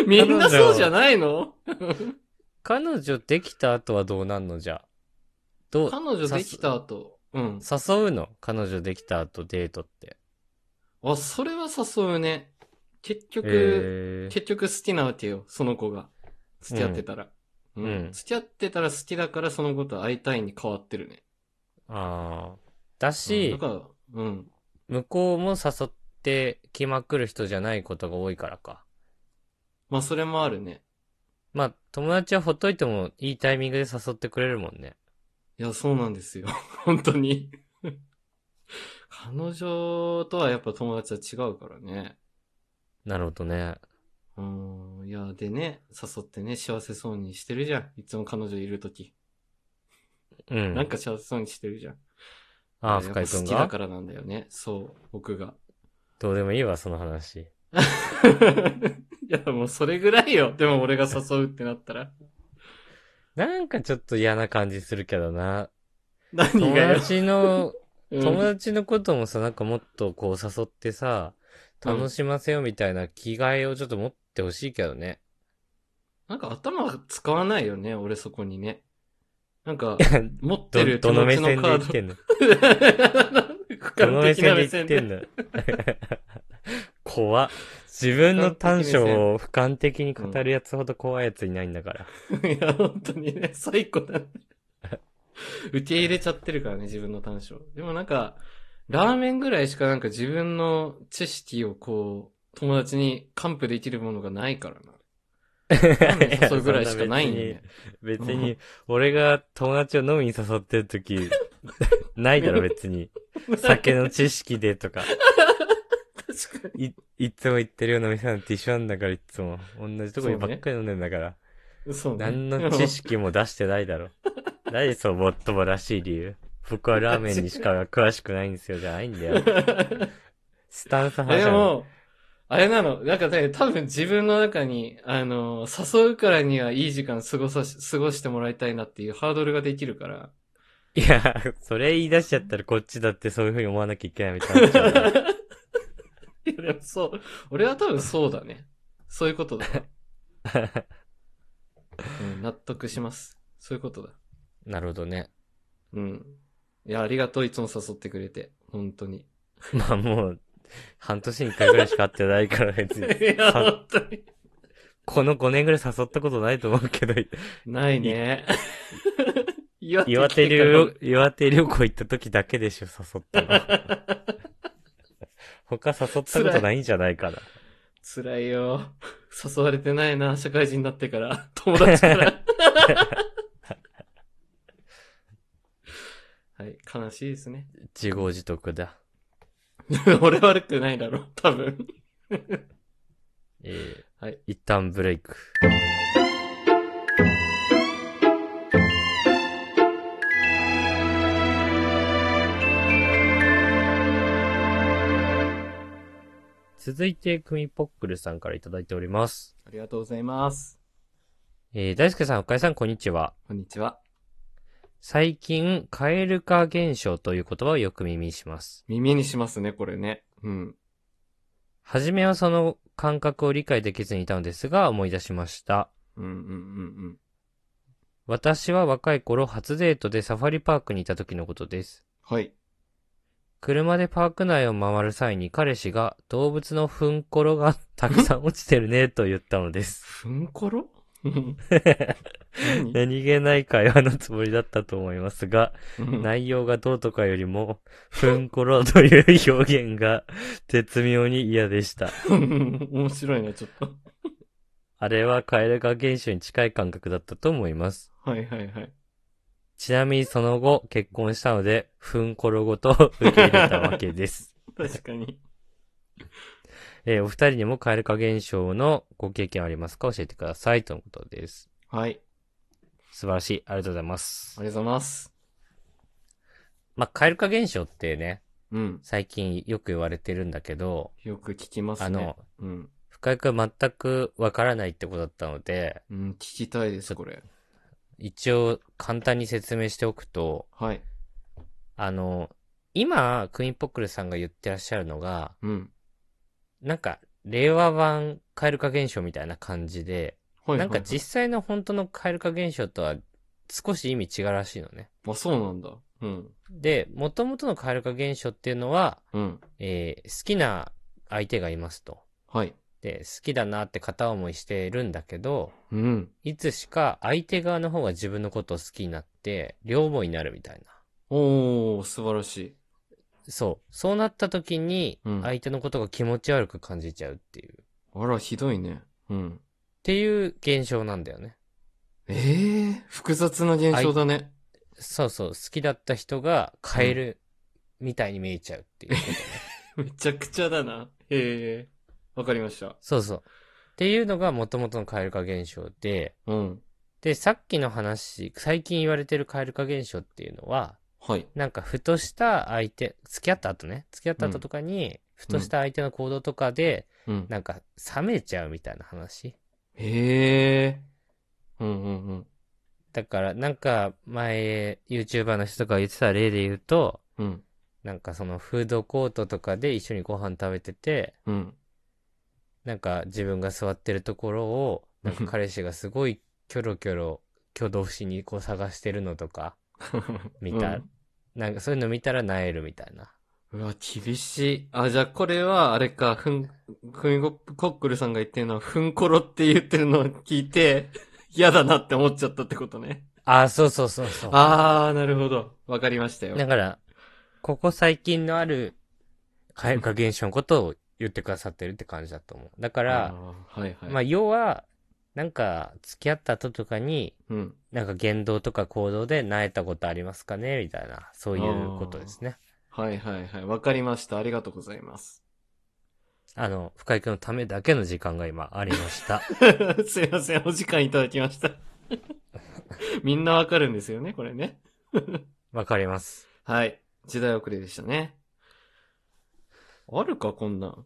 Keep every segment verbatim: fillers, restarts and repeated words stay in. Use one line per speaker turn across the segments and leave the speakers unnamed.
みんなそうじゃないの？
彼女できた後はどうなんのじゃ。どう、
彼女
さす、
できた後。うん。
誘うの彼女できた後デートって。
あ、それは誘うね。結局、
え
結局好きなわけよ、その子が。付
ー、う
き合って
ん、
たら。うん。
うん。
付き合ってたら好きだからその子と会いたいに変わってるね。
ああ。だ
うん。だ
し、
から、うん。
向こうも誘ってきまくる人じゃないことが多いからか。
まあ、それもあるね。
まあ、友達はほっといてもいいタイミングで誘ってくれるもんね。
いや、そうなんですよ。本当に。彼女とはやっぱ友達は違うからね。
なるほどね。
うん。いや、でね、誘ってね、幸せそうにしてるじゃん。いつも彼女いるとき。
うん。
なんか幸せそうにしてるじゃん。あ
ああ、
れはやっぱ
深井くんが
好きだからなんだよね。そう、僕が。
どうでもいいわ、その話。
いや、もうそれぐらいよ。でも俺が誘うってなったら。
なんかちょっと嫌な感じするけどな。友
何がよ。
達の、友
うん。
達のこともさ、なんかもっとこう誘ってさ、
うん。
楽しませようみたいな気概をちょっと持ってほしいけどね。
なんか頭使わないよね、俺そこにね。なんか、持って
ど、
る手持ちの
どの目線
カード。
で言ってんの？
俯
どの目
瞰的な
線で言っ
目線で。
てんの？怖っ。自分の
俯瞰的
短所
目線。
を俯瞰的に語
うん。
るやつほど怖いやついないんだから。
いや、本当にね、最高だね。受け入れちゃってるからね、自分の短所。でもなんか、ラーメンぐらいしかなんか自分の知識をこう、友達に還付できるものがないからな。ラーメン
いや、
誘うぐ
そんな
らいしかな
別に、
いよね。う
別に、
ん。
俺が友達を飲みに誘ってるとき、ないだろ別に。酒の知識でとか。
確かに。
い、いつも行ってるような店なんて一緒なんだから、いつも。同じとこに
そうね。
ばっかり飲んでんだから。
そうね。
何の知識も出してないだろ。何そう、もっともらしい理由。僕はラーメンにしか詳しくないんですよ、じゃないんだよ。スタンス派じゃん。
でも、あれなの。なんかね、多分自分の中に、あの、誘うからにはいい時間過ごさし、過ごしてもらいたいなっていうハードルができるから。
いや、それ言い出しちゃったらこっちだってそういう風に思わなきゃいけないみたいになっちゃうだろ。
いや、でもそう。俺は多分そうだね。そういうことだわ。うん、納得します。そういうことだ。
なるほどね。
うん。いや、ありがとう。いつも誘ってくれて。本当に。
まあもう、半年に一回ぐらいしか会ってないから別に、
いや、
さ、
本当に。
このごねんぐらい誘ったことないと思うけど、
ない
い、
ね。岩手
岩
来てから俺。
手旅、岩手旅行行った時だけでしょ、誘ったの。他誘ったこ
辛い。
とないんじゃないかな。
辛いよ。誘われてないな、社会人になってから。友達から。はい、悲しいですね。
自業自得だ。
俺悪くないだろ、多分。
えー、
はい。
一旦ブレイク。続いて、クミポックルさんからいただいております。
ありがとうございます。
えー、大輔さん、深井さん、こんにちは。
こんにちは。
最近、蛙化現象という言葉をよく耳にします。
耳にしますね、これね。うん。
はじめはその感覚を理解できずにいたのですが、思い出しました。
うんうんうん
私は若い頃、初デートでサファリパークにいた時のことです。
はい。
車でパーク内を回る際に彼氏が動物のフンコロがたくさん落ちてるねと言ったのです。
ふんころ何
何気ない会話のつもりだったと思いますが、
うん。
内容がどうとかよりも、ふんころという表現が絶妙に嫌でした。
面白いね、ちょっと。
あれは蛙化現象に近い感覚だったと思います。
はいはいはい。
ちなみにその後結婚したので、ふんころごと受け入れたわけです。
確かに。
えーお二人にも蛙化現象のご経験ありますか？教えてください。とのことです。
はい。
素晴らしい。ありがとうございます。
ありがとうございます。
まあ、蛙化現象ってね、
うん。
最近よく言われてるんだけど、
よく聞きますね。
あの、
うん。
深井くんは全くわからないってことだったので、
うん、聞きたいです、
ちょ、
これ。
一応簡単に説明しておくと、
はい。
あの、今、クイーンポックルさんが言ってらっしゃるのが、
うん。
なんか、 令和版蛙化現象みたいな感じで、
はいはい、
なんか
はい。
実際の本当の蛙化現象とは少し意味違うらしいのね。
あ、そうなんだ。うん。
で、元々の蛙化現象っていうのは、
うん。
えー好きな相手がいますと。
はい。
で、好きだなって片思いしてるんだけど、
うん。
いつしか相手側の方が自分のことを好きになって、両思いになるみたいな。
おー、素晴らしい。
そう。そうなった時に、
うん。
相手のことが気持ち悪く感じちゃうっていう。っ
あら、ひどいね。うん。
ていう現象なんだよね。
ええー、複雑な現象
相
だね。
そうそう、好きだった人がカエ
うん。
ルみたいに見えちゃうっていうことね。
めちゃくちゃだな。へえ。わかりました。
そうそう。っていうのが元々の蛙化現象で、
うん。
で、さっきの話、最近言われてる蛙化現象っていうのは、
はい。
なんかふとした相手、付き合った後ね、付き合っ
うん。
た後とかに、ふ
うん。
とした相手の行動とかで、
うん。
なんか冷めちゃうみたいな話。
へえ。うんうんうん。
だからなんか前 YouTuber の人とかが言ってた例で言うと、
うん。
なんかそのフードコートとかで一緒にご飯食べてて、
うん。
なんか自分が座ってるところを、なんか彼氏がすごいキョロキョロ挙動しにこう探してるのとか見た、
うん。
なんかそういうの見たら萎えるみたいな。
うわ、厳しい。あ、じゃあこれは、あれか、ふん、ふみごコックルさんが言ってるのは、ふんころって言ってるのを聞いて、嫌だなって思っちゃったってことね。
ああ、そうそうそうそ
あー、なるほど。わかりました
う。
よ。
だから、ここ最近のある蛙化現象のことを言ってくださってるって感じだと思う。だか
あ
ら、
ー、はいはい。
まあ要は、なんか付き合った後とかに、
うん。
なんか言動とか行動で萎えたことありますかねみたいな、そう
あ
いうことで
ー、
すね。
はいはいはい。わかりました。ありがとうございます。
あの、深井くんのためだけの時間が今ありました。
すいません、お時間いただきました。みんなわかるんですよね、これね。
わかります。
はい。時代遅れでしたね。あるか、こんなん。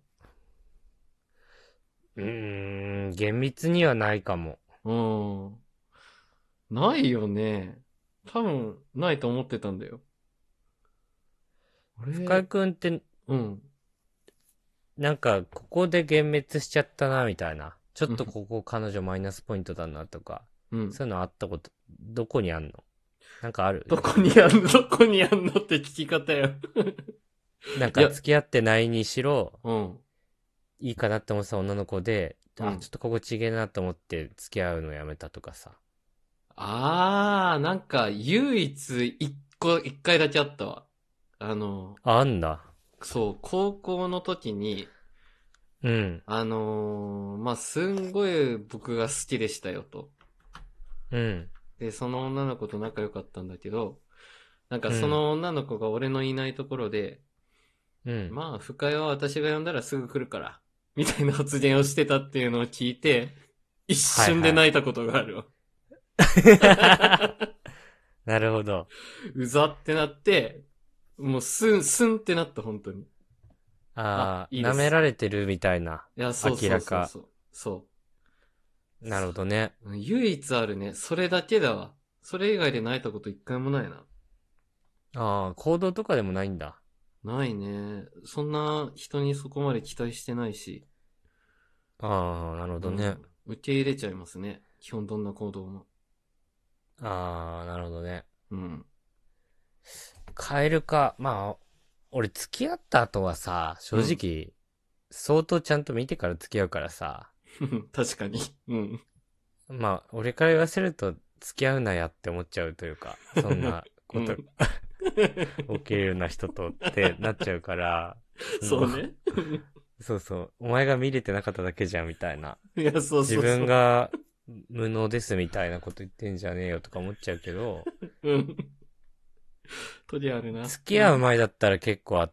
うーん、厳密にはないかも。
うん。ないよね。多分、ないと思ってたんだよ。あ
深井
れ、
くんって、
うん。
なんか、ここで幻滅しちゃったな、みたいな。ちょっ
うん。
とここ彼女マイナスポイントだな、とか。
うん。
そういうのあったこと、どこにあんの？なんかある？
どこにあんのどこにあんのって聞き方よ。
なん
いや、
か付き合ってないにしろ、
うん。
いいかなって思ってた女の子で、あ、
うん。
ちょっと心地げえなと思って付き合うのやめたとかさ。
あー、なんか、唯一一個、一回だけあったわ。あの、
あ、あんだ。
そう、高校の時に、
うん。
あのーまあ、すんごい僕が好きでしたよと。
うん。
で、その女の子と仲良かったんだけど、なんか
うん。
その女の子が俺のいないところで、
うん。
まあ、深谷は私が呼んだらすぐ来るから、みたいな発言をしてたっていうのを聞いて、一瞬で
はいはい。
泣いたことがあるわ。
なるほど。
うざってなって、もうスン、スンってなった、本当に。あ、
ああ、舐め
いいです。
られてるみたいな。
いや、そうそう
明らか。
そうそう。そ
なるほどね。
う。唯一あるね。それだけだわ。それ以外で泣いたこと一回もないな。
ああ、行動とかでもないんだ。
ないね。そんな人にそこまで期待してないし。
ああ、なるほどね。
うん。受け入れちゃいますね。基本どんな行動も。
ああ、なるほどね。
うん。
カエルか。まあ、俺付き合った後はさ、正
うん。
直、相当ちゃんと見てから付き合うからさ。
確かに。うん。
まあ、俺から言わせると付き合うなやって思っちゃうというか、そんなこと
うん。
起きるような人とってなっちゃうから、その、
そうね。
そうそう、お前が見れてなかっただけじゃんみたいな。
いや、そう
自
そうそう。
分が無能ですみたいなこと言ってんじゃねえよとか思っちゃうけど、
うん。トリあるな。
付き合う
うん。
前だったら結構あって、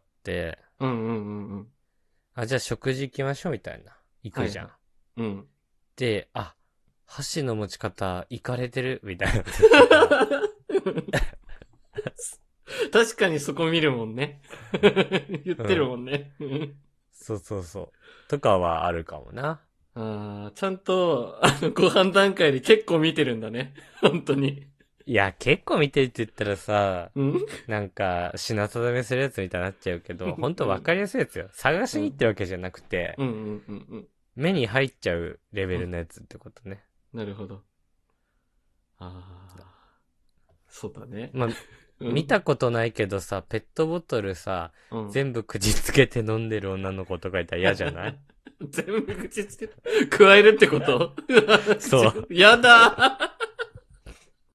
うんうんうんうん。
あ、じゃあ食事行きましょうみたいな。行くじゃん。
はいはい。うん。
で、あ、箸の持ち方、いかれてるみたいな時とか、
確かにそこ見るもんね。言ってる
うん。
もんね。
そうそうそう。とかはあるかもな。
ああ、ちゃんと、あの、ご飯段階で結構見てるんだね。本当に。
いや、結構見てるって言ったらさ、
うん
なんか、品定めするやつみたいになっちゃうけど、ほんとわかりやすいやつよ。探しに行ってるわけじゃなくて、
うんうんうんうん。
目に入っちゃうレベルのやつってことね。
なるほど。ああ。そうだね。
まあ、
うん
見たことないけどさ、ペットボトルさ、
うん
全部口つけて飲んでる女の子とかいたら嫌じゃない
全部口つけて、加えるってこと
そう。
やだ